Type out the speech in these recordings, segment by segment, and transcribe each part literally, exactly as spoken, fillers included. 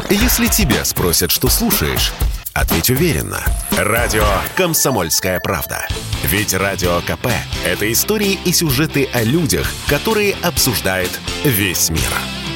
Если тебя спросят, что слушаешь, ответь уверенно. Радио «Комсомольская правда». Ведь Радио КП – это истории и сюжеты о людях, которые обсуждает весь мир.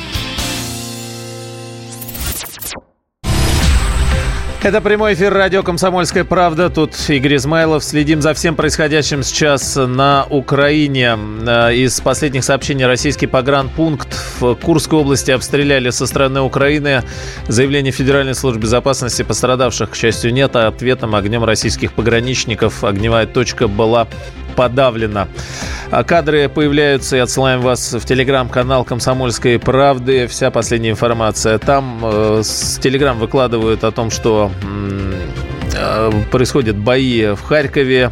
Это прямой эфир радио «Комсомольская правда». Тут Игорь Измайлов. Следим за всем происходящим сейчас на Украине. Из последних сообщений: российский погранпункт в Курской области обстреляли со стороны Украины. Заявление Федеральной службы безопасности: пострадавших, к счастью, нет. А ответом огнем российских пограничников огневая точка была подавлена. Кадры появляются, и отсылаем вас в телеграм-канал «Комсомольской правды». Вся последняя информация там. Э, с Телеграм выкладывают о том, что э, происходят бои в Харькове.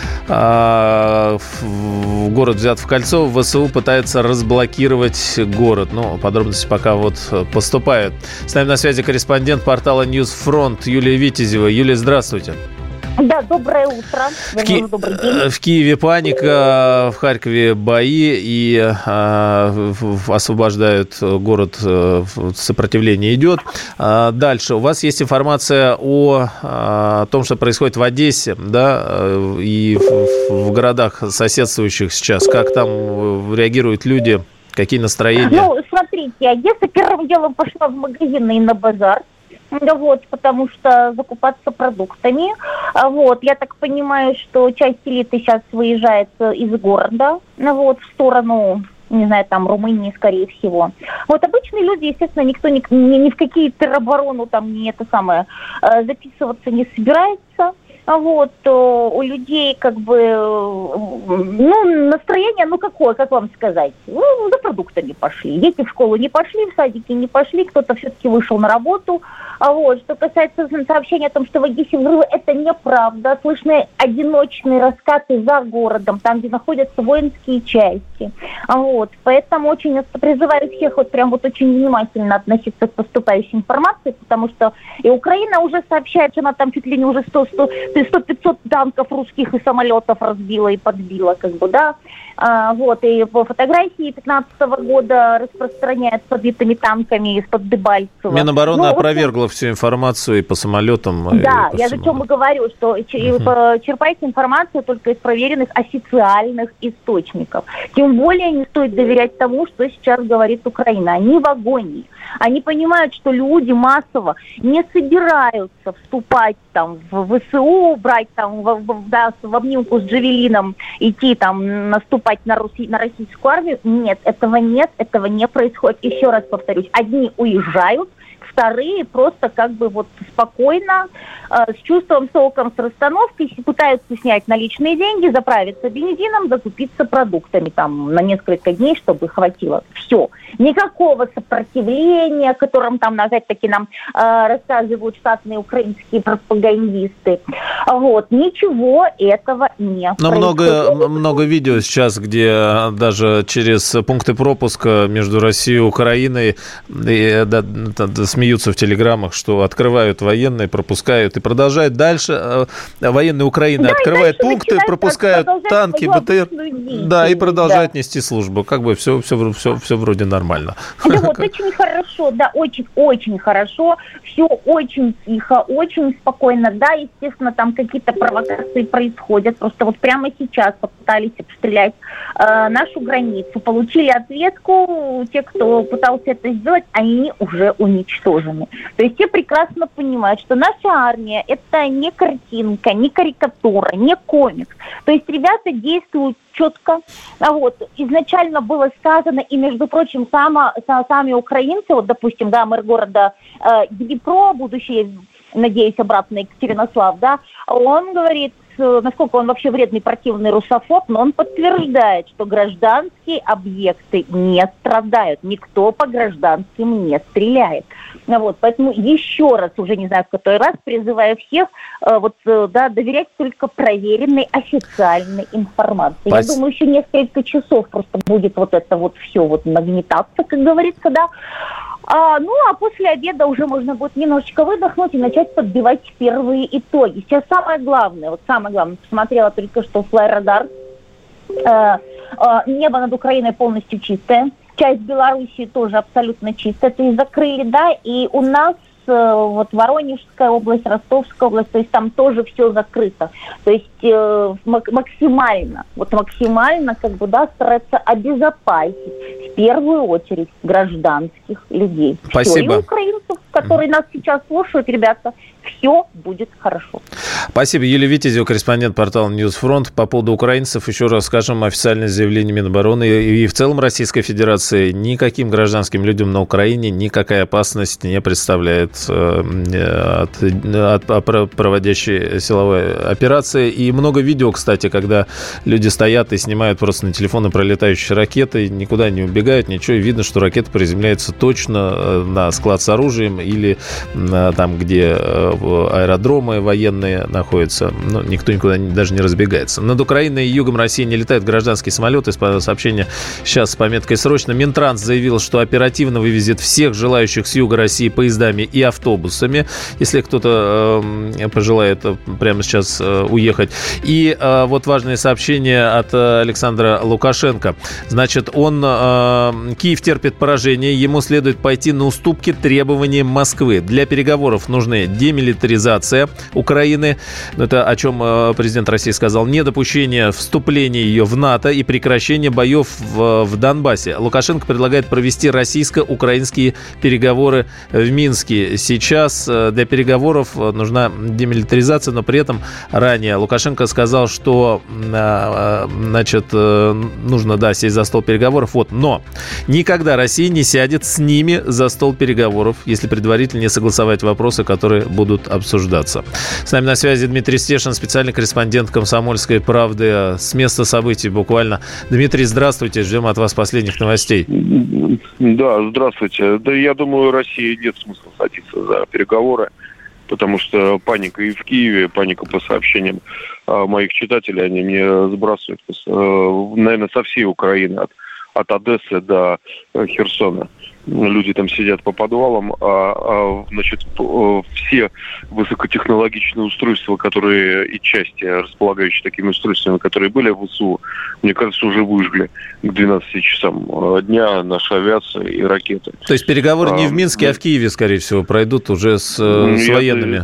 Э, город взят в кольцо. ВСУ пытается разблокировать город. Ну, подробности пока вот поступают. С нами на связи корреспондент портала Ньюсфронт Юлия Витязева. Юлия, здравствуйте. Да, доброе утро. В, Ки... в Киеве паника, в Харькове бои, и э, освобождают город, э, сопротивление идет. А дальше у вас есть информация о, о том, что происходит в Одессе, да, и в, в городах соседствующих сейчас. Как там реагируют люди, какие настроения? Ну, смотрите, Одесса первым делом пошла в магазины и на базар. Вот, потому что закупаться продуктами. Вот, я так понимаю, что часть элиты сейчас выезжает из города, вот, в сторону, не знаю, там, Румынии, скорее всего. Вот, обычные люди, естественно, никто ни, ни, ни в какие тероборону там, не это самое, записываться не собирается. Вот, у людей, как бы, ну, настроение, ну, какое, как вам сказать, ну, за продуктами пошли. Дети в школу не пошли, в садики не пошли, кто-то все-таки вышел на работу. А вот, что касается сообщения о том, что в Одессе взрывы, это неправда. Слышны одиночные раскаты за городом, там, где находятся воинские части. А вот, поэтому очень призываю всех вот прям вот очень внимательно относиться к поступающей информации, потому что и Украина уже сообщает, что она там чуть ли не уже сто-пятьсот танков русских и самолетов разбила и подбила, как бы, да. А, вот, и по фотографии пятнадцатого года распространяют с подбитыми танками из-под Дебальцева. Минобороны ну, опровергла вот всю информацию и по самолетам. Да, по я же о чем и говорю, что uh-huh. черпайте информацию только из проверенных официальных источников. Тем более не стоит доверять тому, что сейчас говорит Украина. Они в агонии. Они понимают, что люди массово не собираются вступать там в ВСУ, брать там в, в, да, в обнимку с Джавелином, идти там наступать на, Руси, на российскую армию. Нет, этого нет, этого не происходит. Еще раз повторюсь, одни уезжают, вторые просто как бы вот спокойно, э, с чувством, соком, с расстановкой пытаются снять наличные деньги, заправиться бензином, закупиться продуктами там на несколько дней, чтобы хватило. Все. Никакого сопротивления, о котором там, опять-таки, нам э, рассказывают штатные украинские пропагандисты. Вот. Ничего этого не Но много, много видео сейчас, где даже через пункты пропуска между Россией и Украиной и, да, смеются в телеграммах, что открывают военные, пропускают и продолжают дальше. Военные Украины да, открывают пункты, пропускают танки, БТР, да, и продолжают да. нести службу. Как бы все, все, все, все вроде нормально. Да, вот очень хорошо, да, очень-очень хорошо. Все очень тихо, очень спокойно. Да, естественно, там какие-то провокации происходят. Просто вот прямо сейчас попытались обстрелять э, нашу границу. Получили ответку. Те, кто пытался это сделать, они уже уничтожены. То есть все прекрасно понимают, что наша армия – это не картинка, не карикатура, не комикс. То есть ребята действуют четко. А вот изначально было сказано, и, между прочим, само, сами украинцы, вот, допустим, да, мэр города э, Днепро, будущий, надеюсь, обратно Екатеринослав, да, он говорит, насколько он вообще вредный, противный русофоб, но он подтверждает, что гражданские объекты не страдают, никто по гражданским не стреляет. Вот, поэтому еще раз, уже не знаю в который раз, призываю всех вот, да, доверять только проверенной официальной информации. Спасибо. Я думаю, еще несколько часов просто будет вот это вот все вот нагнетаться, как говорится, да. А, ну, а после обеда уже можно будет немножечко выдохнуть и начать подбивать первые итоги. Сейчас самое главное, вот самое главное, посмотрела только что флайрадар. Э, э, небо над Украиной полностью чистое. часть Белоруссии тоже абсолютно чистая, то есть закрыли, да, и у нас вот Воронежская область, Ростовская область, то есть там тоже все закрыто. То есть э, максимально, вот максимально, как бы, да, стараться обезопасить в первую очередь гражданских людей. Спасибо. Все, и украинцев, которые нас сейчас слушают, ребята, все будет хорошо. Спасибо. Юлия Витязева, корреспондент портала Ньюсфронт. По поводу украинцев еще раз скажем, официальное заявление Минобороны и в целом Российской Федерации: никаким гражданским людям на Украине никакая опасность не представляет от, от, от проводящей силовой операции. И много видео, кстати, когда люди стоят и снимают просто на телефоны пролетающие ракеты, никуда не убегают, ничего, и видно, что ракета приземляется точно на склад с оружием или там, где аэродромы военные находятся. Но никто никуда даже не разбегается. Над Украиной и югом России не летают гражданские самолеты. Сообщение сейчас с пометкой «Срочно». Минтранс заявил, что оперативно вывезет всех желающих с юга России поездами и автобусами, если кто-то э, пожелает прямо сейчас э, уехать. И э, вот важное сообщение от Александра Лукашенко. Значит, он... Э, Киев терпит поражение, ему следует пойти на уступки требованиям Москвы. Для переговоров нужны демилитаризация Украины. Это о чем э, президент России сказал. Недопущение вступления ее в НАТО и прекращение боев в, в Донбассе. Лукашенко предлагает провести российско-украинские переговоры в Минске. Сейчас для переговоров нужна демилитаризация, но при этом ранее Лукашенко сказал, что значит, нужно, да, сесть за стол переговоров. Вот. Но никогда Россия не сядет с ними за стол переговоров, если предварительно не согласовать вопросы, которые будут обсуждаться. С нами на связи Дмитрий Стешин, специальный корреспондент «Комсомольской правды» с места событий буквально. Дмитрий, здравствуйте, ждем от вас последних новостей. Да, здравствуйте. Да, я думаю, России нет смысла садиться за переговоры, потому что паника и в Киеве, паника по сообщениям моих читателей, они мне сбрасывают, наверное, со всей Украины, от, от Одессы до Херсона. Люди там сидят по подвалам, а, а значит, все высокотехнологичные устройства, которые и части, располагающие такими устройствами, которые были в ВСУ, мне кажется, уже выжгли к двенадцати часам дня наша авиация и ракеты. То есть переговоры а, не в Минске, да, а в Киеве, скорее всего, пройдут уже с, с военными?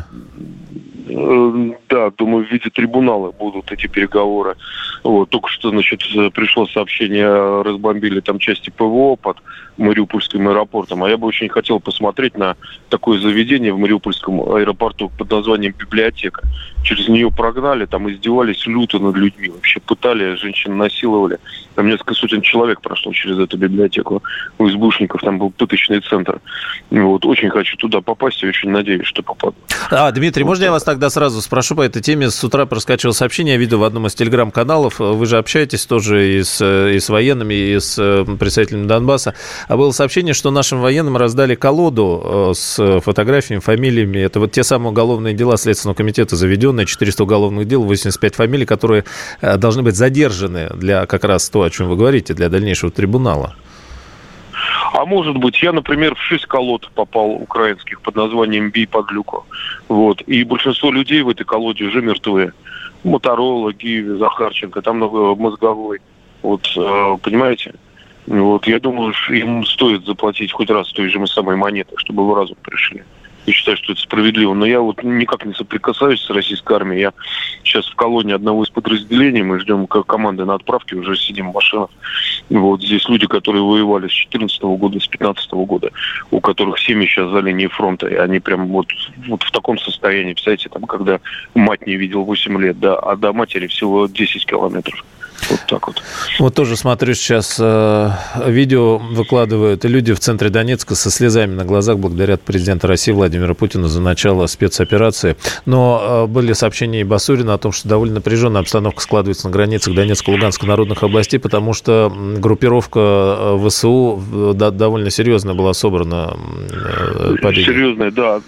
Да, думаю, в виде трибунала будут эти переговоры. Вот, только что, значит, пришло сообщение, разбомбили там части ПВО под Мариупольским аэропортом. А я бы очень хотел посмотреть на такое заведение в Мариупольском аэропорту под названием «Библиотека». Через нее прогнали, там издевались люто над людьми. Вообще пытали, женщин насиловали. Там несколько сотен человек прошло через эту библиотеку. У избушников там был пыточный центр. Вот, очень хочу туда попасть и очень надеюсь, что попаду. А, Дмитрий, вот, можно я вас тогда сразу спрошу по этой теме? С утра проскочило сообщение, я видел в одном из телеграм-каналов. Вы же общаетесь тоже и с, и с военными, и с представителями Донбасса. А было сообщение, что нашим военным раздали колоду с фотографиями, фамилиями. Это вот те самые уголовные дела Следственного комитета заведенные, четыреста уголовных дел, восемьдесят пять фамилий, которые должны быть задержаны для как раз то, о чем вы говорите, для дальнейшего трибунала. А может быть, я, например, в шесть колод попал украинских под названием «Бей подлюку». Вот. И большинство людей в этой колоде уже мертвые. Моторола, Гиви, Захарченко, там много Мозговой. Вот, понимаете? Вот, я думаю, им стоит заплатить хоть раз той же самой монеты, чтобы в разум пришли. Я считаю, что это справедливо. Но я вот никак не соприкасаюсь с российской армией. Я сейчас в колонии одного из подразделений. Мы ждем команды на отправке, уже сидим в машинах. Вот здесь люди, которые воевали с две тысячи четырнадцатого года, с две тысячи пятнадцатого года, у которых семьи сейчас за линией фронта. И они прям вот, вот в таком состоянии, представляете, там, когда мать не видел восемь лет, да, а до матери всего десять километров. Вот так вот. Вот тоже смотрю сейчас, э, видео выкладывают, и люди в центре Донецка со слезами на глазах благодарят президента России Владимира Путина за начало спецоперации. Но э, были сообщения и Басурина о том, что довольно напряженная обстановка складывается на границах Донецкой и Луганской народных областей, потому что группировка ВСУ да, довольно серьезная была собрана. Э, Серьезная, да.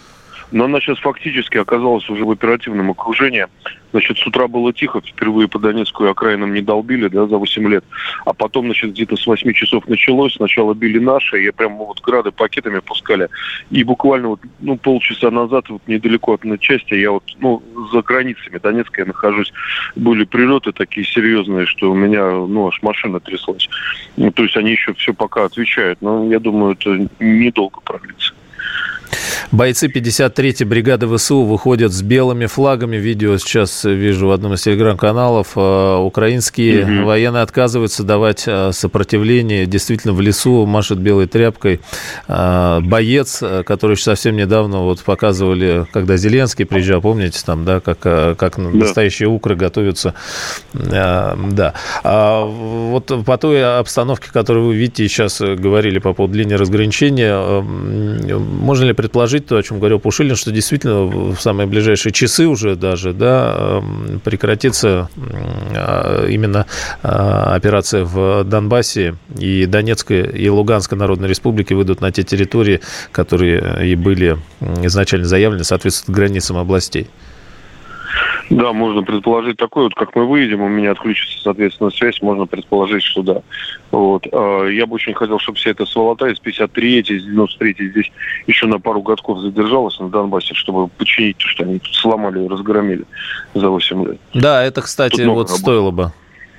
Но она сейчас фактически оказалась уже в оперативном окружении. Значит, с утра было тихо, впервые по Донецкую окраинам не долбили, да, за восемь лет. А потом, значит, где-то с восьми часов началось. Сначала били наши, и прям вот грады пакетами пускали. И буквально вот, ну, полчаса назад, вот недалеко от части, я вот, ну, за границами Донецка я нахожусь, были прилеты такие серьезные, что у меня, ну, аж машина тряслась. Ну, то есть они еще все пока отвечают. Но я думаю, это недолго продлится. Бойцы пятьдесят третьей бригады ВСУ выходят с белыми флагами. Видео сейчас вижу в одном из телеграм-каналов. Украинские mm-hmm. военные отказываются давать сопротивление. Действительно, в лесу машет белой тряпкой боец, который еще совсем недавно вот показывали, когда Зеленский приезжал, помните, там, да, как, как yeah. настоящие укры готовятся. Да. А вот по той обстановке, которую вы видите, сейчас говорили по поводу линии разграничения, можно ли предположить то, о чем говорил Пушилин, что действительно в самые ближайшие часы уже даже, да, прекратится именно операция в Донбассе, и Донецкая и Луганская народные республики выйдут на те территории, которые и были изначально заявлены, соответствуют границам областей? Да, можно предположить такое, вот как мы выйдем, у меня отключится, соответственно, связь, можно предположить, что да. Вот. Я бы очень хотел, чтобы вся эта сволота из пятьдесят третьей, из девяносто третьей здесь еще на пару годков задержалась на Донбассе, чтобы починить то, что они тут сломали и разгромили за восемь лет. Да, это, кстати, вот стоило бы.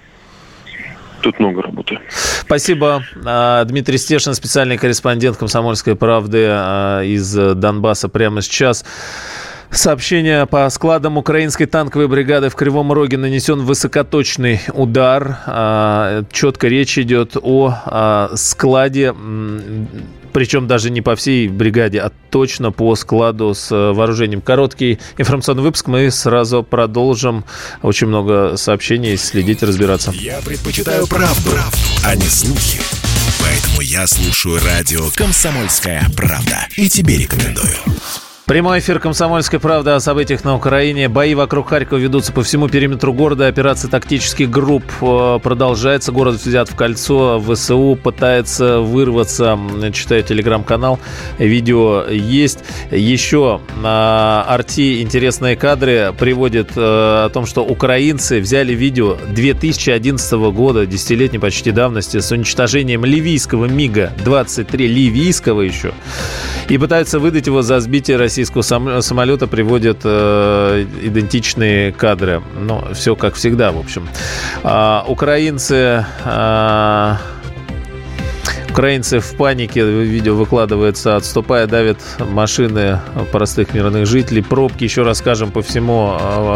Тут много работы. Спасибо. Дмитрий Стешин, специальный корреспондент «Комсомольской правды» из Донбасса прямо сейчас. Сообщение по складам украинской танковой бригады в Кривом Роге нанесен высокоточный удар. Четко речь идет о складе, причем даже не по всей бригаде, а точно по складу с вооружением. Короткий информационный выпуск, мы сразу продолжим. Очень много сообщений, следить, разбираться. Я предпочитаю правду, правду, а не слухи. Поэтому я слушаю радио «Комсомольская правда». И тебе рекомендую. Прямой эфир «Комсомольской правды» о событиях на Украине. Бои вокруг Харькова ведутся по всему периметру города. Операция тактических групп продолжается. Город взят в кольцо. ВСУ пытается вырваться. Читаю телеграм-канал. Видео есть. Еще Арти интересные кадры приводит о том, что украинцы взяли видео две тысячи одиннадцатого года, десятилетней почти давности, с уничтожением ливийского МиГа двадцать три, ливийского еще, и пытаются выдать его за сбитие российского самолета, приводят э, идентичные кадры. Ну, все как всегда, в общем. А, украинцы... А, Украинцы в панике, видео выкладывается, отступая, давят машины простых мирных жителей. Пробки, еще расскажем, по всему,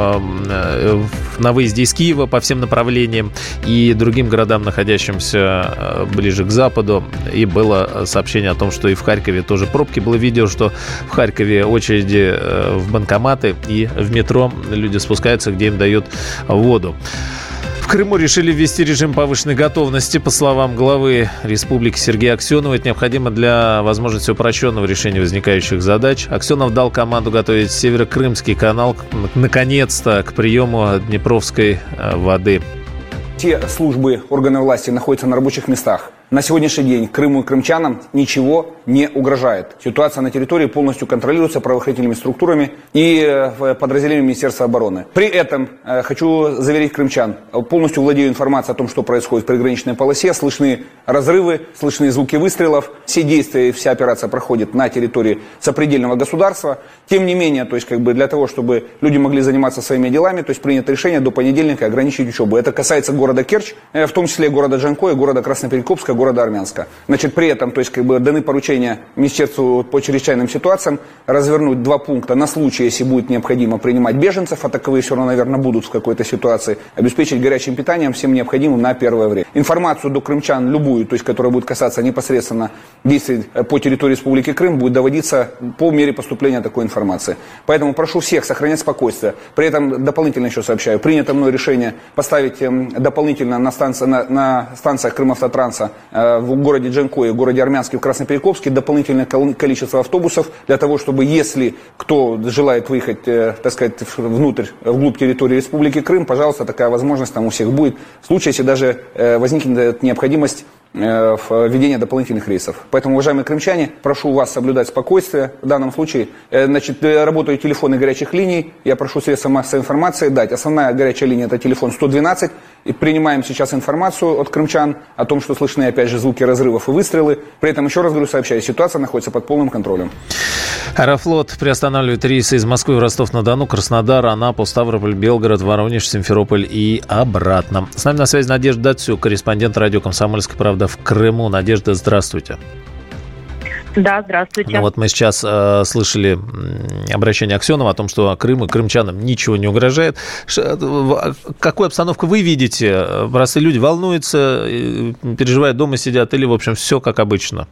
на выезде из Киева, по всем направлениям и другим городам, находящимся ближе к западу. И было сообщение о том, что и в Харькове тоже пробки. Было видео, что в Харькове очереди в банкоматы и в метро люди спускаются, где им дают воду. В Крыму решили ввести режим повышенной готовности. По словам главы республики Сергея Аксенова, это необходимо для возможности упрощенного решения возникающих задач. Аксенов дал команду готовить Северокрымский канал наконец-то к приему Днепровской воды. Те службы, органы власти находятся на рабочих местах. На сегодняшний день Крыму и крымчанам ничего не угрожает. Ситуация на территории полностью контролируется правоохранительными структурами и подразделениями Министерства обороны. При этом э, хочу заверить крымчан, полностью владею информацией о том, что происходит в приграничной полосе. Слышны разрывы, слышны звуки выстрелов. Все действия и вся операция проходит на территории сопредельного государства. Тем не менее, то есть как бы для того, чтобы люди могли заниматься своими делами, то есть принято решение до понедельника ограничить учебу. Это касается города Керчь, э, в том числе города Джанкоя, города Красноперекопска, города Армянска. Значит, при этом, то есть, как бы даны поручения Министерству по чрезвычайным ситуациям развернуть два пункта на случай, если будет необходимо принимать беженцев, а таковые все равно, наверное, будут в какой-то ситуации, обеспечить горячим питанием всем необходимым на первое время. Информацию до крымчан любую, то есть, которая будет касаться непосредственно действий по территории Республики Крым, будет доводиться по мере поступления такой информации. Поэтому прошу всех сохранять спокойствие. При этом дополнительно еще сообщаю, принято мной решение поставить дополнительно на, станции, на, на станциях Крымавтотранса в городе Джанкое, в городе Армянске, в Красноперекопске дополнительное количество автобусов для того, чтобы, если кто желает выехать, э, так сказать, внутрь, вглубь территории Республики Крым, пожалуйста, такая возможность там у всех будет. В случае, если даже э, возникнет необходимость введения дополнительных рейсов. Поэтому, уважаемые крымчане, прошу вас соблюдать спокойствие. В данном случае, значит, работают телефоны горячих линий. Я прошу средства массовой информации дать. Основная горячая линия – это телефон сто двенадцать. И принимаем сейчас информацию от крымчан о том, что слышны, опять же, звуки разрывов и выстрелы. При этом, еще раз говорю, сообщаю, ситуация находится под полным контролем. Аэрофлот приостанавливает рейсы из Москвы в Ростов-на-Дону, Краснодар, Анапу, Ставрополь, Белгород, Воронеж, Симферополь и обратно. С нами на связи Надежда Дацюк, корреспондент радио «Комсомольская правда» в Крыму. Надежда, здравствуйте. Да, здравствуйте. Ну вот мы сейчас э, слышали обращение Аксенова о том, что Крыму и крымчанам ничего не угрожает. Ш, какую обстановку вы видите? Простые люди волнуются, переживают, дома сидят или, в общем, все как обычно?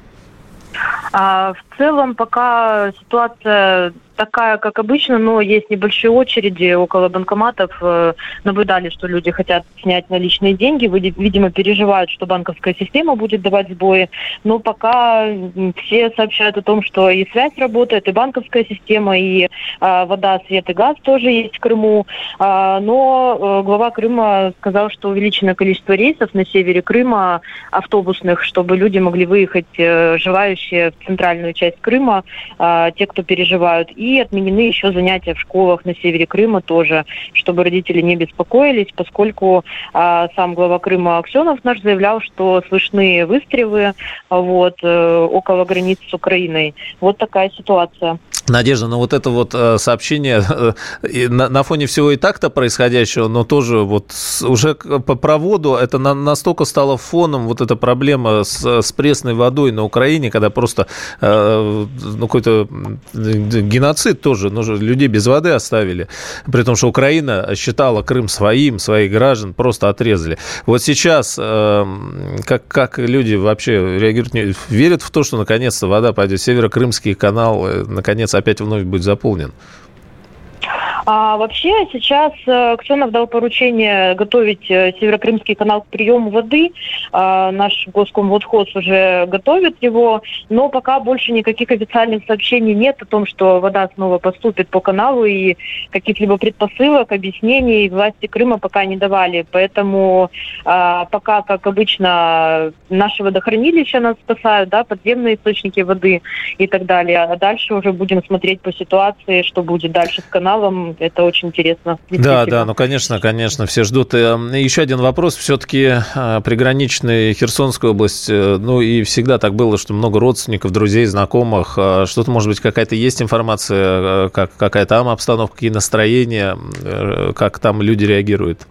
А, в целом пока ситуация такая, как обычно, но есть небольшие очереди около банкоматов. Наблюдали, что люди хотят снять наличные деньги, видимо, переживают, что банковская система будет давать сбои. Но пока все сообщают о том, что и связь работает, и банковская система, и а, вода, свет и газ тоже есть в Крыму. А, но глава Крыма сказал, что увеличено количество рейсов на севере Крыма, автобусных, чтобы люди могли выехать, желающие в центральную часть Крыма, а, те, кто переживают. И И отменены еще занятия в школах на севере Крыма тоже, чтобы родители не беспокоились, поскольку а, сам глава Крыма Аксенов наш заявлял, что слышны выстрелы вот, э, около границ с Украиной. Вот такая ситуация. Надежда, ну вот это вот сообщение на, на фоне всего и так-то происходящего, но тоже вот уже по проводу это на, настолько стало фоном, вот эта проблема с, с пресной водой на Украине, когда просто э, ну, какой-то геноцид тоже, ну, людей без воды оставили, при том, что Украина считала Крым своим, своих граждан просто отрезали. Вот сейчас э, как, как люди вообще реагируют, верят в то, что наконец-то вода пойдет, Северокрымский канал наконец опять вновь будет заполнен? А вообще сейчас Аксенов дал поручение готовить Северокрымский канал к приему воды. А, наш Госкомводхоз уже готовит его, но пока больше никаких официальных сообщений нет о том, что вода снова поступит по каналу, и каких-либо предпосылок, объяснений власти Крыма пока не давали. Поэтому а, пока, как обычно, наши водохранилища нас спасают, да, подземные источники воды и так далее. А дальше уже будем смотреть по ситуации, что будет дальше с каналом. Это очень интересно. Да, да, ну, конечно, конечно, все ждут. Еще один вопрос. Все-таки приграничная Херсонская область, ну, и всегда так было, что много родственников, друзей, знакомых. Что-то, может быть, какая-то есть информация, как, какая там обстановка, какие настроения, как там люди реагируют?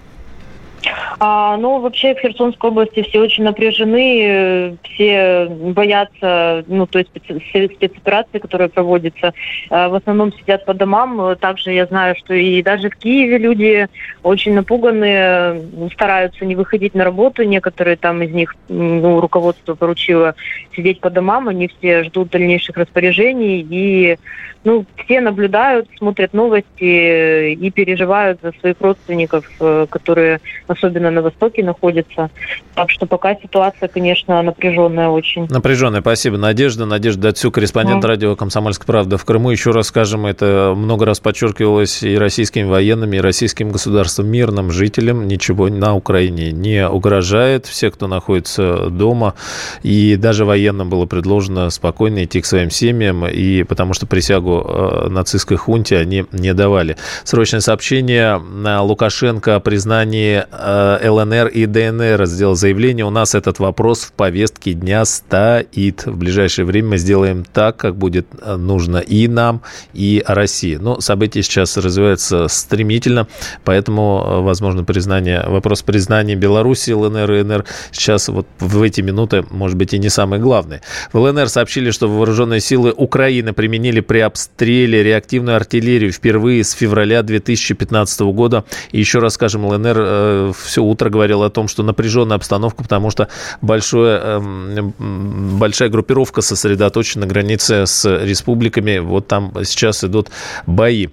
А, ну, вообще в Херсонской области все очень напряжены, все боятся, ну, то есть специ- спецоперации, которые проводятся, а, в основном сидят по домам. Также я знаю, что и даже в Киеве люди очень напуганы, стараются не выходить на работу. Некоторые там из них, ну, руководство поручило сидеть по домам, они все ждут дальнейших распоряжений и, ну, все наблюдают, смотрят новости и переживают за своих родственников, которые особенно на Востоке находятся. Так что пока ситуация, конечно, напряженная очень. Напряженная, спасибо. Надежда. Надежда Дацюк, корреспондент mm. радио «Комсомольская правда» в Крыму. Еще раз скажем, это много раз подчеркивалось и российскими военными, и российским государством. Мирным жителям ничего на Украине не угрожает. Все, кто находится дома, и даже военным было предложено спокойно идти к своим семьям, и потому что присягу э, нацистской хунте они не давали. Срочное сообщение. Лукашенко о признании ЛНР и ДНР сделал заявление. У нас этот вопрос в повестке дня стоит. В ближайшее время мы сделаем так, как будет нужно и нам, и России. Но события сейчас развиваются стремительно, поэтому, возможно, признание, вопрос признания Беларуси, ЛНР и ДНР сейчас вот в эти минуты, может быть, и не самый главный. В ЛНР сообщили, что вооруженные силы Украины применили при обстреле реактивную артиллерию впервые с февраля две тысячи пятнадцатого года. И еще раз скажем, ЛНР э, все утро говорил о том, что напряженная обстановка, потому что большое, э, большая группировка сосредоточена на границе с республиками. Вот там сейчас идут бои.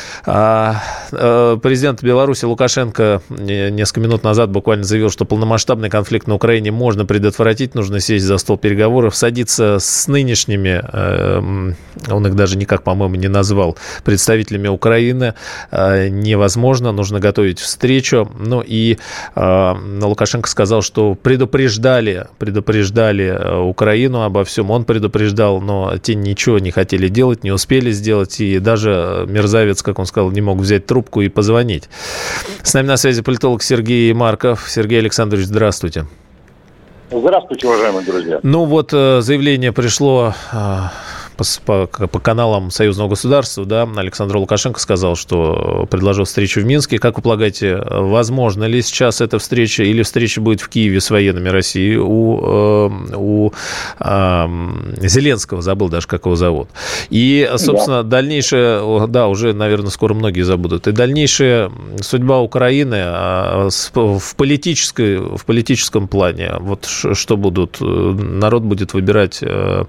А, э, президент Беларуси Лукашенко несколько минут назад буквально заявил, что полномасштабный конфликт на Украине можно предотвратить, нужно сесть за стол переговоров, садиться с нынешними, э, он их даже никак, по-моему, не назвал, представителями Украины э, невозможно, нужно готовить встречу. Ну и И э, Лукашенко сказал, что предупреждали, предупреждали Украину обо всем. Он предупреждал, но те ничего не хотели делать, не успели сделать. И даже мерзавец, как он сказал, не мог взять трубку и позвонить. С нами на связи политолог Сергей Марков. Сергей Александрович, здравствуйте. Здравствуйте, уважаемые друзья. Ну вот заявление пришло по, по, по каналам союзного государства, да, Александр Лукашенко сказал, что предложил встречу в Минске. Как вы полагаете, возможно ли сейчас эта встреча, или встреча будет в Киеве с военными России у, у э, Зеленского, забыл даже, как его зовут. И, собственно, да. дальнейшая, да, уже, наверное, скоро многие забудут, и дальнейшая судьба Украины в, политической, в политическом плане, вот что будут, народ будет выбирать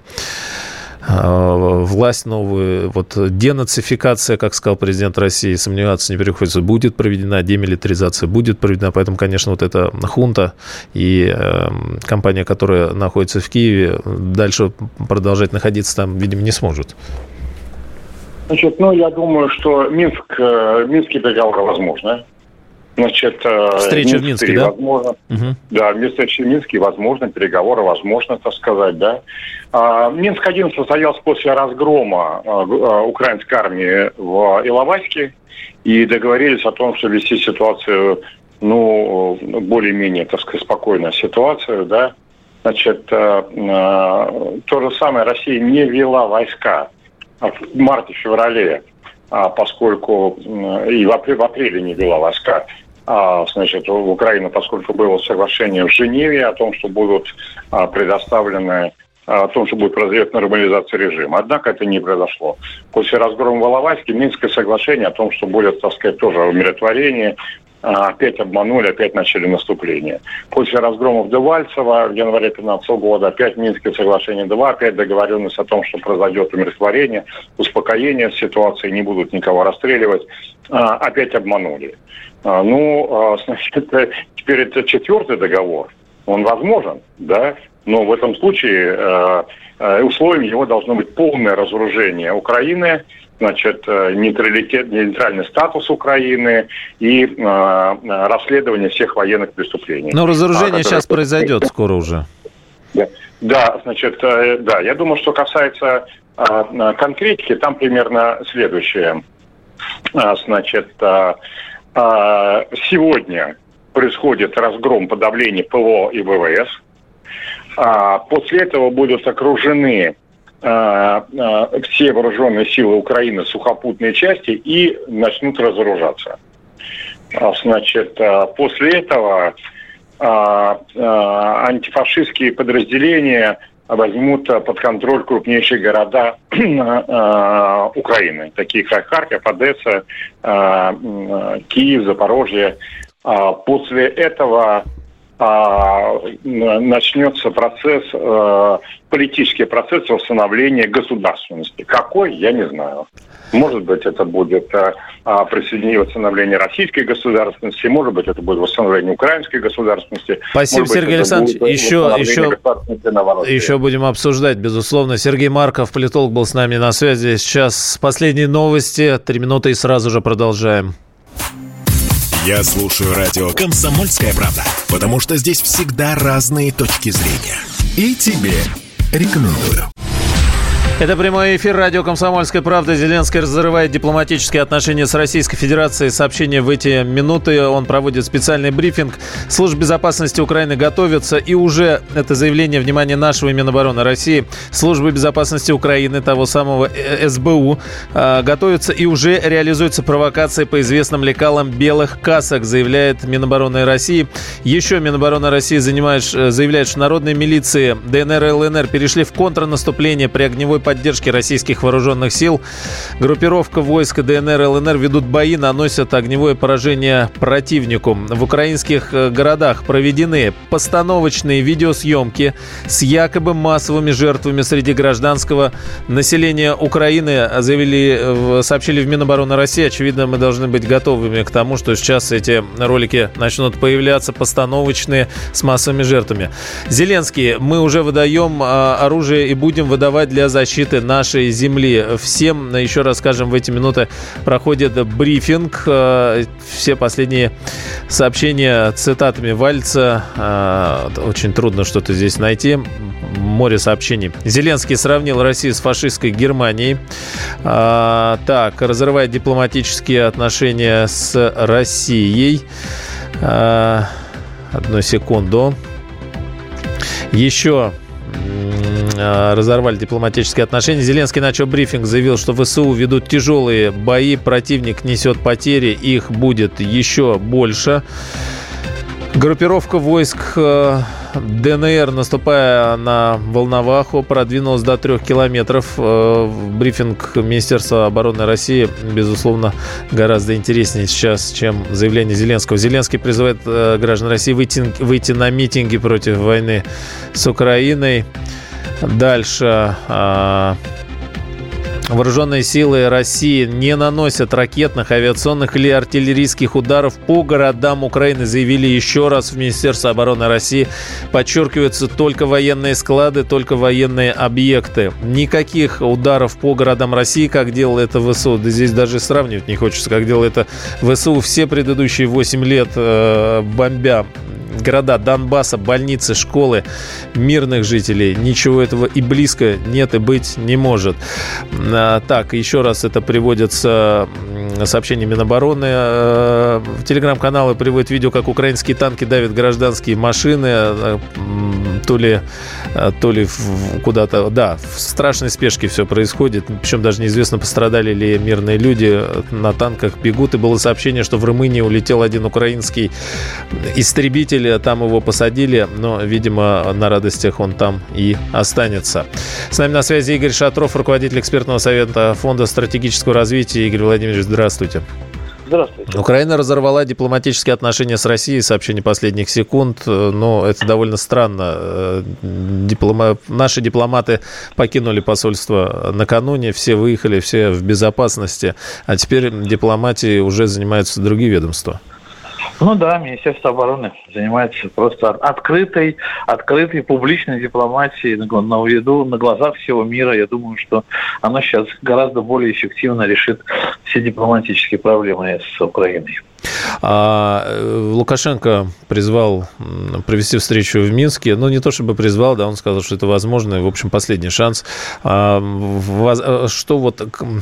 власть новую, вот денацификация, как сказал президент России, сомневаться не приходится, будет проведена демилитаризация, будет проведена, поэтому, конечно, вот эта хунта и э, компания, которая находится в Киеве, дальше продолжать находиться там, видимо, не сможет. Значит, ну, я думаю, что Минск, э, Минский договор возможно. Значит, встреча в Минске, да? Возможно, угу. Да, встреча в Минске возможно, переговоры возможно, так сказать, да. А, Минск-один состоялся после разгрома а, украинской армии в Иловайске, и договорились о том, что вести ситуацию, ну, более-менее, так сказать, спокойную ситуацию, да. Значит, а, а, то же самое Россия не ввела войска в марте-феврале, а, поскольку и в апреле, в апреле не ввела войска, а, значит, в Украину, поскольку было соглашение в Женеве о том, что будут а, предоставлены, а, о том, что будет произойдет нормализация режима. Однако это не произошло. После разгрома в Иловайске Минское соглашение о том, что будет, так сказать, тоже умиротворение, а, опять обманули, опять начали наступление. После разгрома в Дебальцево в январе две тысячи пятнадцатого года опять Минское соглашение два, опять договоренность о том, что произойдет умиротворение, успокоение ситуации, не будут никого расстреливать, а, опять обманули. А, ну, а, значит, теперь это четвертый договор, он возможен, да, но в этом случае а, а, условием его должно быть полное разоружение Украины, значит, нейтралитет, нейтральный статус Украины и э, расследование всех военных преступлений. Но разоружение а, сейчас которые... произойдет скоро уже. Да, да, значит, э, да, я думаю, что касается э, конкретики, там примерно следующее. А, значит, э, э, сегодня происходит разгром, подавление ПВО и ВВС. А, после этого будут окружены все вооруженные силы Украины, сухопутные части, и начнут разоружаться. Значит, после этого антифашистские подразделения возьмут под контроль крупнейшие города Украины, такие как Харьков, Одесса, Киев, Запорожье. После этого начнется процесс, политический процесс восстановления государственности. Какой, я не знаю. Может быть, это будет присоединение восстановления российской государственности, может быть, это будет восстановление украинской государственности. Спасибо, Сергей Александрович. Еще, еще, еще будем обсуждать, безусловно. Сергей Марков, политолог, был с нами на связи. Сейчас последние новости. Три минуты и сразу же продолжаем. Я слушаю радио «Комсомольская правда», потому что здесь всегда разные точки зрения. И тебе рекомендую. Это прямой эфир радио «Комсомольская правда». Зеленский разрывает дипломатические отношения с Российской Федерацией. Сообщение в эти минуты. Он проводит специальный брифинг. Служба безопасности Украины готовится. И уже это заявление, внимание, нашего Минобороны России, Службы безопасности Украины, того самого эс бэ у, готовится и уже реализуется провокация по известным лекалам белых касок, заявляет Минобороны России. Еще Минобороны России занимает, заявляет, что народные милиции дэ эн эр и эл эн эр перешли в контрнаступление при огневой поддержки российских вооруженных сил. Группировка войск дэ эн эр и эл эн эр ведут бои, наносят огневое поражение противнику. В украинских городах проведены постановочные видеосъемки с якобы массовыми жертвами среди гражданского населения Украины, заявили, сообщили в Минобороны России. Очевидно, мы должны быть готовыми к тому, что сейчас эти ролики начнут появляться, постановочные, с массовыми жертвами. Зеленский: мы уже выдаем оружие и будем выдавать для защиты защиты нашей земли. Всем, еще раз скажем, в эти минуты проходит брифинг. Все последние сообщения цитатами Вальца. Очень трудно что-то здесь найти. Море сообщений. Зеленский сравнил Россию с фашистской Германией. А, так, разрывает дипломатические отношения с Россией. А, одну секунду. Еще а, разорвали дипломатические отношения. Зеленский начал брифинг, заявил, что ВСУ ведут тяжелые бои, противник несет потери, их будет еще больше. Группировка войск ДНР, наступая на Волноваху, продвинулась до трех километров. Брифинг Министерства обороны России, безусловно, гораздо интереснее сейчас, чем заявление Зеленского. Зеленский призывает граждан России выйти, выйти на митинги против войны с Украиной. Дальше... Вооруженные силы России не наносят ракетных, авиационных или артиллерийских ударов по городам Украины, заявили еще раз в Министерстве обороны России. Подчеркиваются только военные склады, только военные объекты. Никаких ударов по городам России, как делал это ВСУ. Да здесь даже сравнивать не хочется, как делал это ВСУ все предыдущие восемь лет, э, бомбя города Донбасса, больницы, школы, мирных жителей. Ничего этого и близко нет и быть не может. Так, еще раз это приводится сообщение Минобороны. Телеграм-каналы приводят видео, как украинские танки давят гражданские машины. То ли, то ли куда-то... Да, в страшной спешке все происходит. Причем даже неизвестно, пострадали ли мирные люди. На танках бегут. И было сообщение, что в Румынии улетел один украинский истребитель. Там его посадили, но, видимо, на радостях он там и останется. С нами на связи Игорь Шатров, руководитель экспертного совета Фонда стратегического развития. Игорь Владимирович, здравствуйте. Здравствуйте. Украина разорвала дипломатические отношения с Россией, сообщение последних секунд, но это довольно странно. Диплома... Наши дипломаты покинули посольство накануне, все выехали, все в безопасности, а теперь дипломатией уже занимаются другие ведомства. Ну да, Министерство обороны занимается просто открытой, открытой публичной дипломатией на, на виду, на глазах всего мира. Я думаю, что оно сейчас гораздо более эффективно решит все дипломатические проблемы с Украиной. А Лукашенко призвал провести встречу в Минске. Ну, не то чтобы призвал, да, он сказал, что это возможно, и, в общем, последний шанс. А, что вот,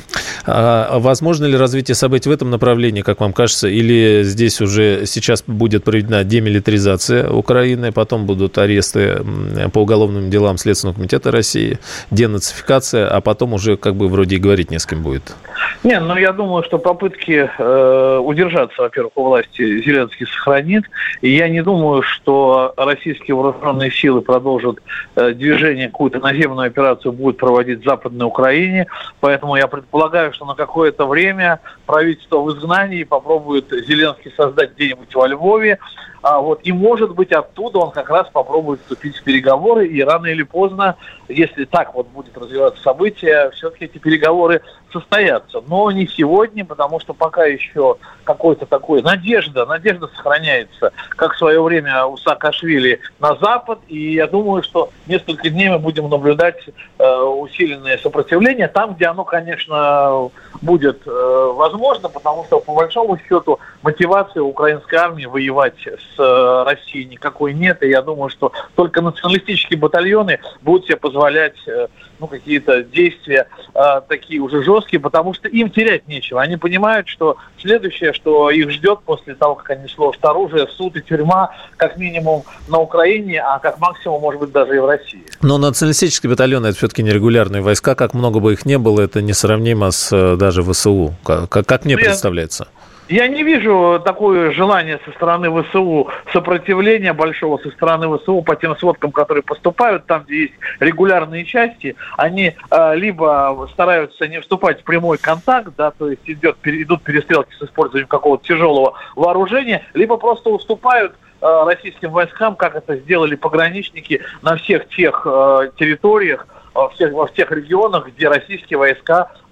а, возможно ли развитие событий в этом направлении, как вам кажется, или здесь уже сейчас будет проведена демилитаризация Украины, потом будут аресты по уголовным делам Следственного комитета России, денацификация, а потом уже как бы вроде и говорить не с кем будет? Не, ну я думаю, что попытки э, удержаться, во-первых, у власти Зеленский сохранит. И я не думаю, что российские вооруженные силы продолжат э, движение, какую-то наземную операцию будут проводить в Западной Украине. Поэтому я предполагаю, что на какое-то время правительство в изгнании попробует Зеленский создать где-нибудь во Львове. А вот, и, может быть, оттуда он как раз попробует вступить в переговоры, и рано или поздно, если так вот будет развиваться событие, все-таки эти переговоры состоятся. Но не сегодня, потому что пока еще какой-то такой надежда, надежда сохраняется, как в свое время у Саакашвили на Запад, и я думаю, что несколько дней мы будем наблюдать э, усиленное сопротивление там, где оно, конечно, будет э, возможно, потому что, по большому счету, мотивации украинской армии воевать с Россией никакой нет, и я думаю, что только националистические батальоны будут себе позволять ну, какие-то действия э, такие уже жесткие, потому что им терять нечего. Они понимают, что следующее, что их ждет после того, как они сложат оружие, суд и тюрьма, как минимум на Украине, а как максимум, может быть, даже и в России. Но националистические батальоны – это все-таки нерегулярные войска, как много бы их ни было, это несравнимо с даже ВСУ, как, как мне представляется. Я не вижу такое желание со стороны ВСУ, сопротивления большого со стороны ВСУ по тем сводкам, которые поступают, там, где есть регулярные части, они э, либо стараются не вступать в прямой контакт, да, то есть идет, идут перестрелки с использованием какого-то тяжелого вооружения, либо просто уступают э, российским войскам, как это сделали пограничники на всех тех э, территориях, во всех, во всех регионах, где российские войска в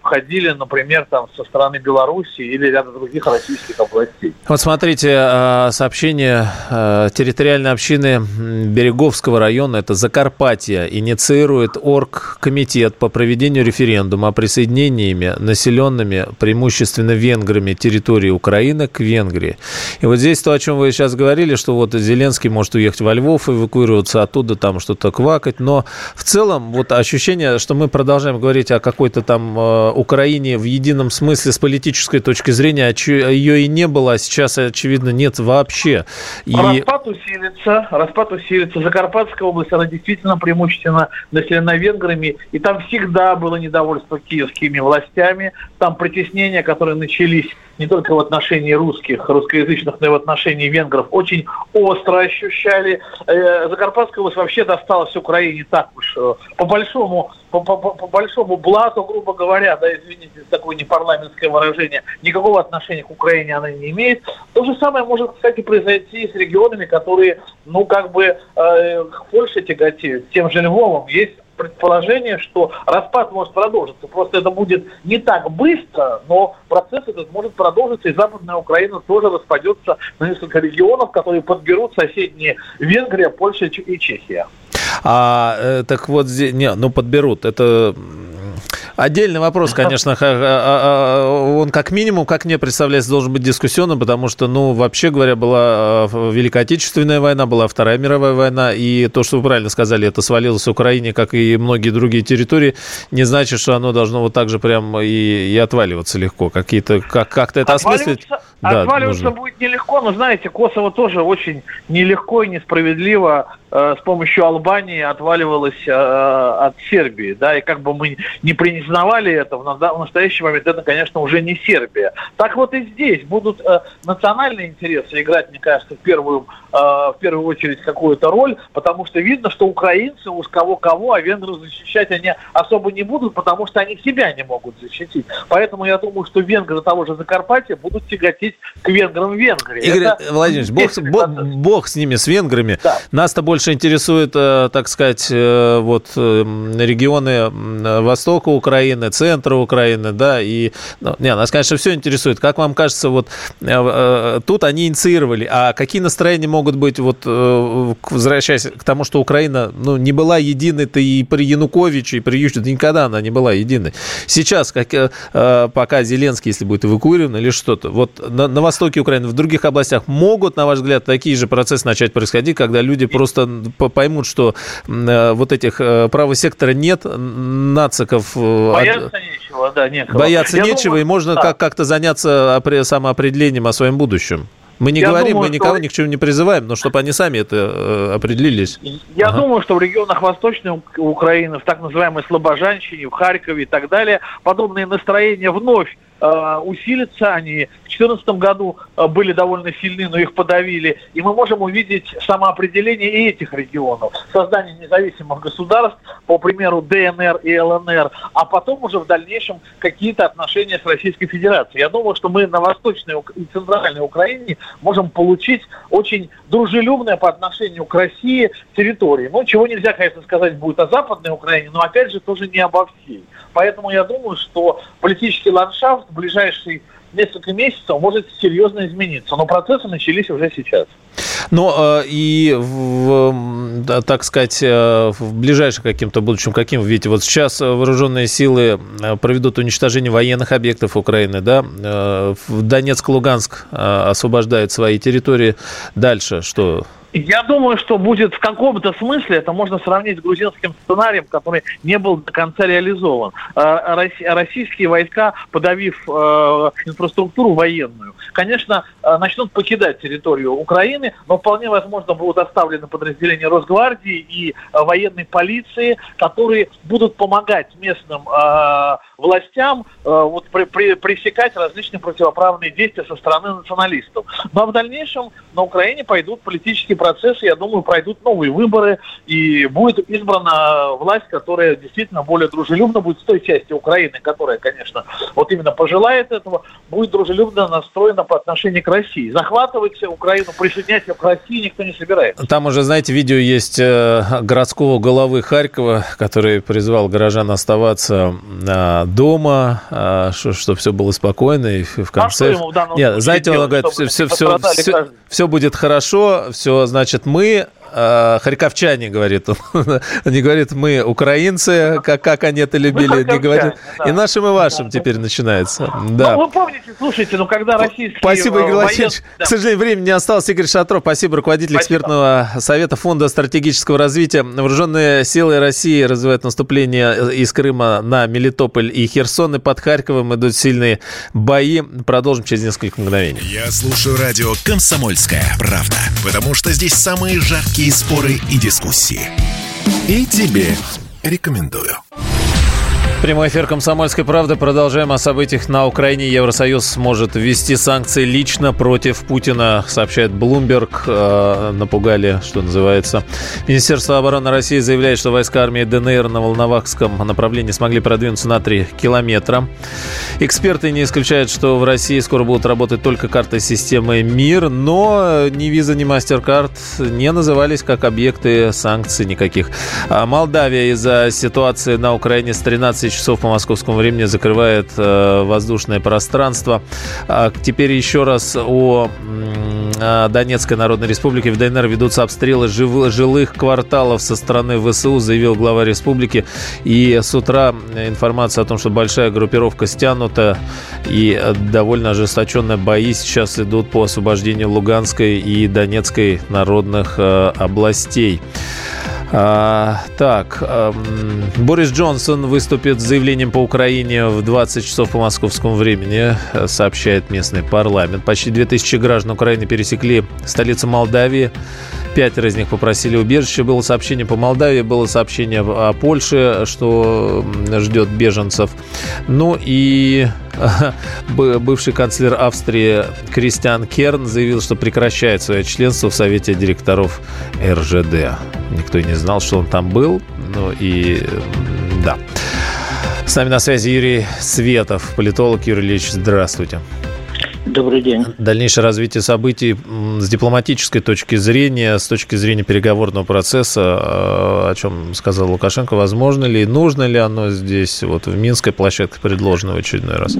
входили, например, там со стороны Беларуси или ряда других российских областей. Вот смотрите, сообщение территориальной общины Береговского района, это Закарпатье, инициирует оргкомитет по проведению референдума о присоединении ими населенными преимущественно венграми территории Украины к Венгрии. И вот здесь то, о чем вы сейчас говорили, что вот Зеленский может уехать во Львов, эвакуироваться оттуда, там что-то квакать, но в целом вот ощущение, что мы продолжаем говорить о какой-то там э, Украине в едином смысле с политической точки зрения, ее и не было, а сейчас, очевидно, нет вообще. И... Распад усилится, распад усилится. Закарпатская область, она действительно преимущественно населена венграми, и там всегда было недовольство киевскими властями, там притеснения, которые начались не только в отношении русских, русскоязычных, но и в отношении венгров, очень остро ощущали. Закарпатская область вообще досталась Украине так уж по большому, по, по, по большому блату, грубо говоря, да, извините за такое непарламентское выражение, никакого отношения к Украине она не имеет. То же самое может, кстати, произойти и с регионами, которые, ну, как бы, э, к Польше тяготеют, тем же Львовом. Есть предположение, что распад может продолжиться. Просто это будет не так быстро, но процесс этот может продолжиться, и Западная Украина тоже распадется на несколько регионов, которые подберут соседние Венгрия, Польша и Чехия. А, э, так вот, здесь, не, ну подберут, это... Отдельный вопрос, конечно, он как минимум, как мне представляется, должен быть дискуссионным, потому что, ну, вообще говоря, была Великая Отечественная война, была Вторая мировая война, и то, что вы правильно сказали, это свалилось в Украине, как и многие другие территории, не значит, что оно должно вот так же прям и, и отваливаться легко. Какие-то, как, как-то это осмыслить? Да, отваливаться нужно. Будет нелегко, но, знаете, Косово тоже очень нелегко и несправедливо э, с помощью Албании отваливалось э, от Сербии, да, и как бы мы не признавали это, в, в настоящий момент это, конечно, уже не Сербия. Так вот и здесь будут э, национальные интересы играть, мне кажется, в первую, э, в первую очередь какую-то роль, потому что видно, что украинцы уж кого-кого, а венгров защищать они особо не будут, потому что они себя не могут защитить. Поэтому я думаю, что венгры того же Закарпатья будут тяготеть к венграм Венгрии. Игорь это... Владимирович, бог, бог, бог с ними, с венграми. Да. Нас-то больше интересует, так сказать, вот регионы востока Украины, центра Украины, да, и ну, не, нас, конечно, все интересует. Как вам кажется, вот тут они инициировали, а какие настроения могут быть, вот возвращаясь к тому, что Украина, ну, не была единой-то и при Януковиче, и при Ющенко, никогда она не была единой. Сейчас, как, пока Зеленский, если будет эвакуирован или что-то, вот на, на востоке Украины, в других областях могут, на ваш взгляд, такие же процессы начать происходить, когда люди просто поймут, что э, вот этих э, правого сектора нет, нациков... Э, Бояться от... нечего, да, некого. Бояться Я нечего, думаю, и можно да. как- как-то заняться самоопределением о своем будущем. Мы не Я говорим, думаю, мы никого что... ни к чему не призываем, но чтобы они сами это э, определились. Я ага. думаю, что в регионах Восточной Украины, в так называемой Слобожанщине, в Харькове и так далее, подобные настроения вновь э, усилятся. Они в две тысячи четырнадцатом году э, были довольно сильны, но их подавили. И мы можем увидеть самоопределение и этих регионов. Создание независимых государств, по примеру ДНР и ЛНР, а потом уже в дальнейшем какие-то отношения с Российской Федерацией. Я думаю, что мы на Восточной и Центральной Украине можем получить очень дружелюбное по отношению к России территории. Ну, чего нельзя, конечно, сказать будет о Западной Украине, но, опять же, тоже не обо всей. Поэтому я думаю, что политический ландшафт в ближайшие несколько месяцев может серьезно измениться. Но процессы начались уже сейчас. Ну, и, в, так сказать, в ближайшем каким-то будущем, каким вы видите, вот сейчас вооруженные силы проведут уничтожение военных объектов Украины, да, Донецк, Луганск освобождают свои территории. Дальше что? Я думаю, что будет в каком-то смысле, это можно сравнить с грузинским сценарием, который не был до конца реализован. Российские войска, подавив инфраструктуру военную, конечно, начнут покидать территорию Украины, но вполне возможно будут оставлены подразделения Росгвардии и военной полиции, которые будут помогать местным властям вот, при, при, пресекать различные противоправные действия со стороны националистов. Ну а в дальнейшем на Украине пойдут политические процессы, я думаю, пройдут новые выборы, и будет избрана власть, которая действительно более дружелюбно будет с той части Украины, которая, конечно, вот именно пожелает этого, будет дружелюбно настроена по отношению к России. Захватывать Украину, присоединять ее к России никто не собирается. Там уже, знаете, видео есть городского главы Харькова, который призвал горожан оставаться дома, чтобы все было спокойно, и в конце... А что ему в данном Нет, знаете, он говорит, все, все, все, все, все будет хорошо, все, значит, мы... Харьковчане, говорит он. Не говорит, мы украинцы, как, как они это любили. Не говорит, да. И нашим, и вашим да, теперь да. начинается. Да. Ну, вы помните, слушайте, ну, когда российские... Спасибо, Игорь Владимирович. Да. К сожалению, времени не осталось. Игорь Шатров, спасибо, руководитель спасибо. экспертного совета Фонда стратегического развития. Вооруженные силы России развивают наступление из Крыма на Мелитополь и Херсон, и под Харьковом идут сильные бои. Продолжим через несколько мгновений. Я слушаю радио «Комсомольская правда», потому что здесь самые жаркие и споры и дискуссии. И тебе рекомендую. Прямой эфир «Комсомольской правды». Продолжаем о событиях на Украине. Евросоюз может ввести санкции лично против Путина, сообщает Bloomberg. Э, напугали, что называется. Министерство обороны России заявляет, что войска армии ДНР на Волновахском направлении смогли продвинуться на три километра. Эксперты не исключают, что в России скоро будут работать только карты системы МИР, но ни Visa, ни MasterCard не назывались как объекты санкций никаких. А Молдавия из-за ситуации на Украине с тринадцати часов по московскому времени закрывает э, воздушное пространство. А теперь еще раз о э, Донецкой Народной Республике. В ДНР ведутся обстрелы жив, жилых кварталов со стороны ВСУ, заявил глава республики. И с утра информация о том, что большая группировка стянута и довольно ожесточенные бои сейчас идут по освобождению Луганской и Донецкой народных э, областей. А, так, а, Борис Джонсон выступит с заявлением по Украине в двадцать часов по московскому времени, сообщает местный парламент. Почти две тысячи граждан Украины пересекли столицу Молдавии. Пятеро из них попросили убежище. Было сообщение по Молдавии, было сообщение о Польше, что ждет беженцев. Ну и бывший канцлер Австрии Кристиан Керн заявил, что прекращает свое членство в Совете директоров эр жэ дэ. Никто и не знал, что он там был. Ну и да. С нами на связи Юрий Светов, политолог. Юрий Ильич, здравствуйте. Добрый день. Дальнейшее развитие событий с дипломатической точки зрения, с точки зрения переговорного процесса, о чем сказал Лукашенко, возможно ли и нужно ли оно здесь, вот в Минской площадке предложено в очередной раз?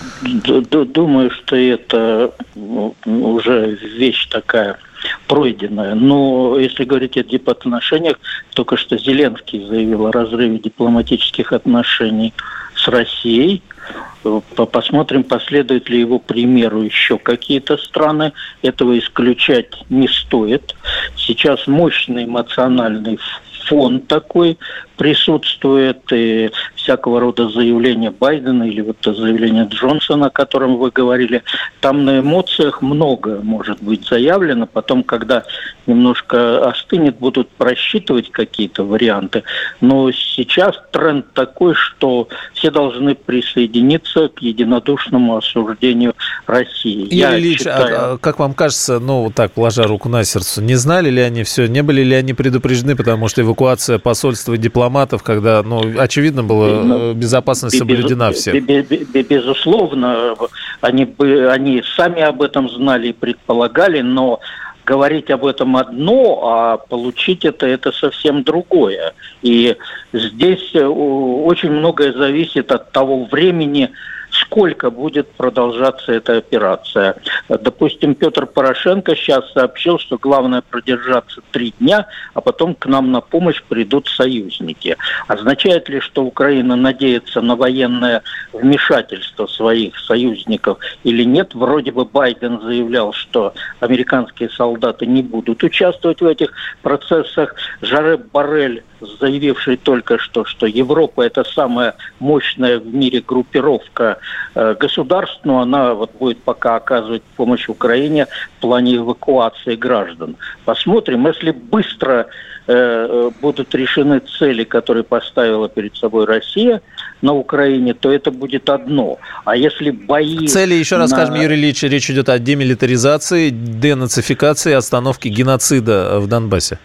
Думаю, что это уже вещь такая пройденная. Но если говорить о дипотношениях, только что Зеленский заявил о разрыве дипломатических отношений с Россией. Посмотрим, последуют ли его примеру еще какие-то страны. Этого исключать не стоит. Сейчас мощный эмоциональный фон такой присутствует, и всякого рода заявления Байдена или вот то заявление Джонсона, о котором вы говорили, там на эмоциях много может быть заявлено. Потом, когда немножко остынет, будут просчитывать какие-то варианты. Но сейчас тренд такой, что все должны присоединиться к единодушному осуждению России. Юрий Я Ильич, считаю... а, как вам кажется, ну, вот так, положа руку на сердце, не знали ли они все, не были ли они предупреждены, потому что эвакуация посольства и дипломатов, когда, ну, очевидно было, ну, безопасность соблюдена всех. Безусловно, они, они сами об этом знали и предполагали, но говорить об этом одно, а получить это, это совсем другое. И здесь очень многое зависит от того времени, сколько будет продолжаться эта операция. Допустим, Петр Порошенко сейчас сообщил, что главное продержаться три дня, а потом к нам на помощь придут союзники. Означает ли, что Украина надеется на военное вмешательство своих союзников или нет? Вроде бы Байден заявлял, что американские солдаты не будут участвовать в этих процессах. Жозеп Боррель, заявивший только что, что Европа – это самая мощная в мире группировка э, государств, но она вот будет пока оказывать помощь Украине в плане эвакуации граждан. Посмотрим, если быстро э, будут решены цели, которые поставила перед собой Россия, на Украине, то это будет одно. А если бои... Цели, еще раз на... скажем, Юрий Ильич, речь идет о демилитаризации, денацификации, остановке геноцида в Донбассе.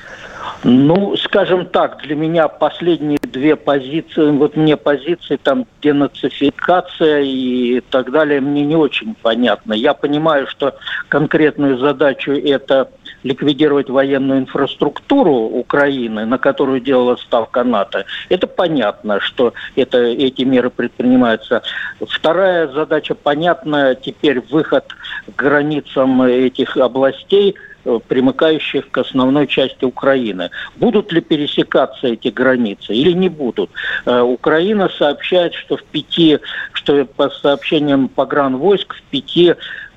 Ну, скажем так, для меня последние две позиции, вот мне позиции там денацификация и так далее, мне не очень понятно. Я понимаю, что конкретную задачу это ликвидировать военную инфраструктуру Украины, на которую делала ставка НАТО. Это понятно, что это, эти меры предпринимаются. Вторая задача понятна, теперь выход к границам этих областей, примыкающих к основной части Украины. Будут ли пересекаться эти границы или не будут? Украина сообщает, что в пяти, что по сообщениям погранвойск в пяти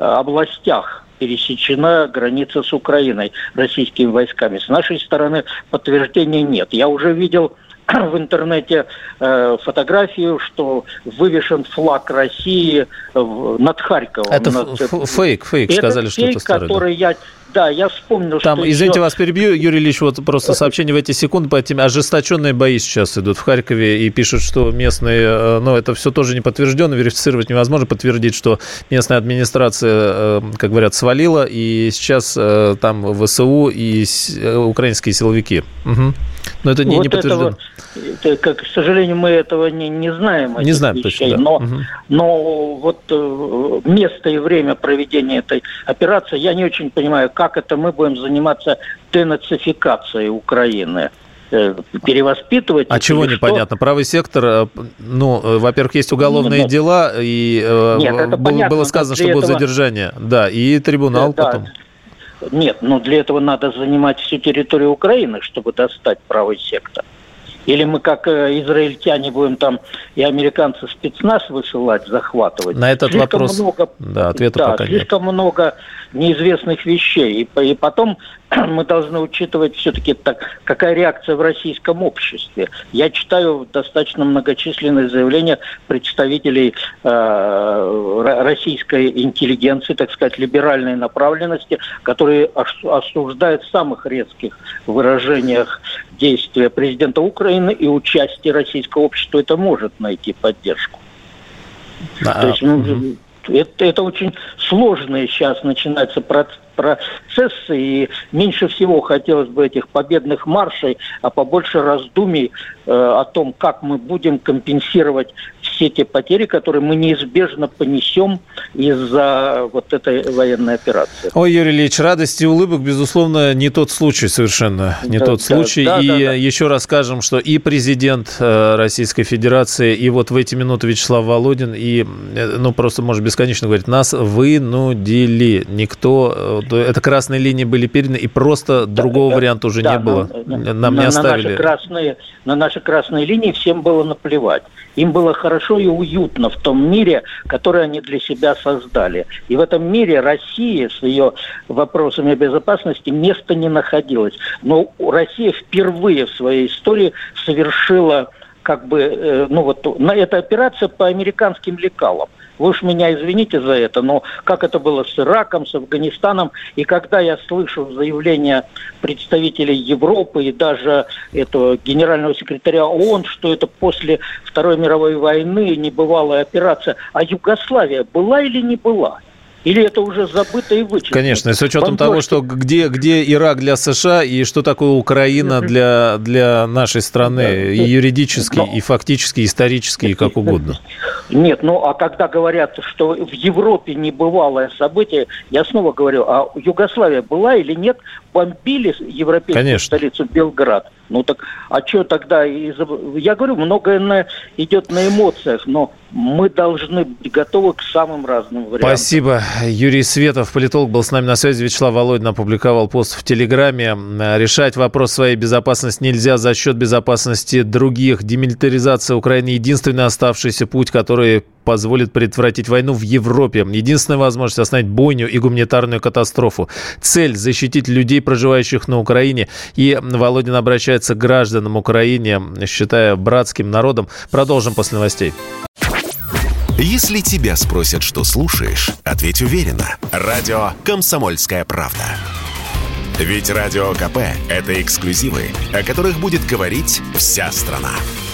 областях пересечена граница с Украиной российскими войсками. С нашей стороны подтверждения нет. Я уже видел в интернете э, фотографию, что вывешен флаг России в, над Харьковом. Это над... ф- фейк, фейк, это сказали, фейк, что это старый. который я... Да, я вспомнил, Там, что... извините, еще... вас перебью, Юрий Ильич, вот просто сообщение в эти секунды по теме. Ожесточенные бои сейчас идут в Харькове, и пишут, что местные... Но это все тоже не подтверждено, верифицировать невозможно. Подтвердить, что местная администрация, как говорят, свалила, и сейчас там ВСУ и украинские силовики. Угу. Но это не, вот не подтверждено. Этого, это, к сожалению, мы этого не, не знаем. Не знаем вещей, точно, да. но, угу. но вот место и время проведения этой операции, я не очень понимаю, как это мы будем заниматься денацификацией Украины. Перевоспитывать. А чего непонятно? Что? Правый сектор, ну, во-первых, есть уголовные нет, дела, и нет, это было, понятно, было сказано, что этого... будет задержание. Да, и трибунал да, потом. Нет, но для этого надо занимать всю территорию Украины, чтобы достать правый сектор. Или мы, как израильтяне, будем там и американцы спецназ высылать, захватывать. На этот слишком вопрос, много, да, ответа да, пока слишком нет. много неизвестных вещей. И, и потом мы должны учитывать все-таки, так, какая реакция в российском обществе. Я читаю достаточно многочисленные заявления представителей э, российской интеллигенции, так сказать, либеральной направленности, которые осуждают в самых резких выражениях действия президента Украины и участие российского общества. Это может найти поддержку. Да. То есть, ну, это, это очень сложные сейчас начинаются процессы, и меньше всего хотелось бы этих победных маршей, а побольше раздумий э, о том, как мы будем компенсировать все те потери, которые мы неизбежно понесем из-за вот этой военной операции. Ой, Юрий Ильич, радости и улыбок, безусловно, не тот случай совершенно, не да, тот да, случай. Да, и да, да. еще раз скажем, что и президент Российской Федерации, и вот в эти минуты Вячеслав Володин, и, ну, просто, может, бесконечно говорить, нас вынудили. Никто... Это красные линии были переданы, и просто да, другого да, варианта уже да, не было. На, Нам на, не оставили. На наши, красные, на наши красные линии всем было наплевать. Им было хорошо и уютно в том мире, который они для себя создали. И в этом мире Россия с ее вопросами безопасности места не находилась. Но Россия впервые в своей истории совершила, как бы, ну вот, эта операция по американским лекалам. Вы уж меня извините за это, но как это было с Ираком, с Афганистаном, и когда я слышу заявления представителей Европы и даже этого генерального секретаря ООН, что это после Второй мировой войны небывалая операция, а Югославия была или не была? Или это уже забыто и вычеркнуто? Конечно, с учетом Бомбежки. того, что где, где Ирак для США и что такое Украина для, для нашей страны, и юридически, Но... и фактически, исторически, и как угодно. Нет, ну а когда говорят, что в Европе небывалое событие, я снова говорю, а Югославия была или нет? Бомбили европейскую Конечно. столицу Белград. Ну так, а что тогда? Я говорю, многое на, идет на эмоциях, но мы должны быть готовы к самым разным вариантам. Спасибо. Юрий Светов, политолог, был с нами на связи. Вячеслав Володин опубликовал пост в Телеграме. Решать вопрос своей безопасности нельзя за счет безопасности других. Демилитаризация Украины – единственный оставшийся путь, который позволит предотвратить войну в Европе. Единственная возможность остановить бойню и гуманитарную катастрофу. Цель – защитить людей, проживающих на Украине. И Володин обращается к гражданам Украины, считая братским народом. Продолжим после новостей. Если тебя спросят, что слушаешь, ответь уверенно. Радио «Комсомольская правда». Ведь Радио КП – это эксклюзивы, о которых будет говорить вся страна.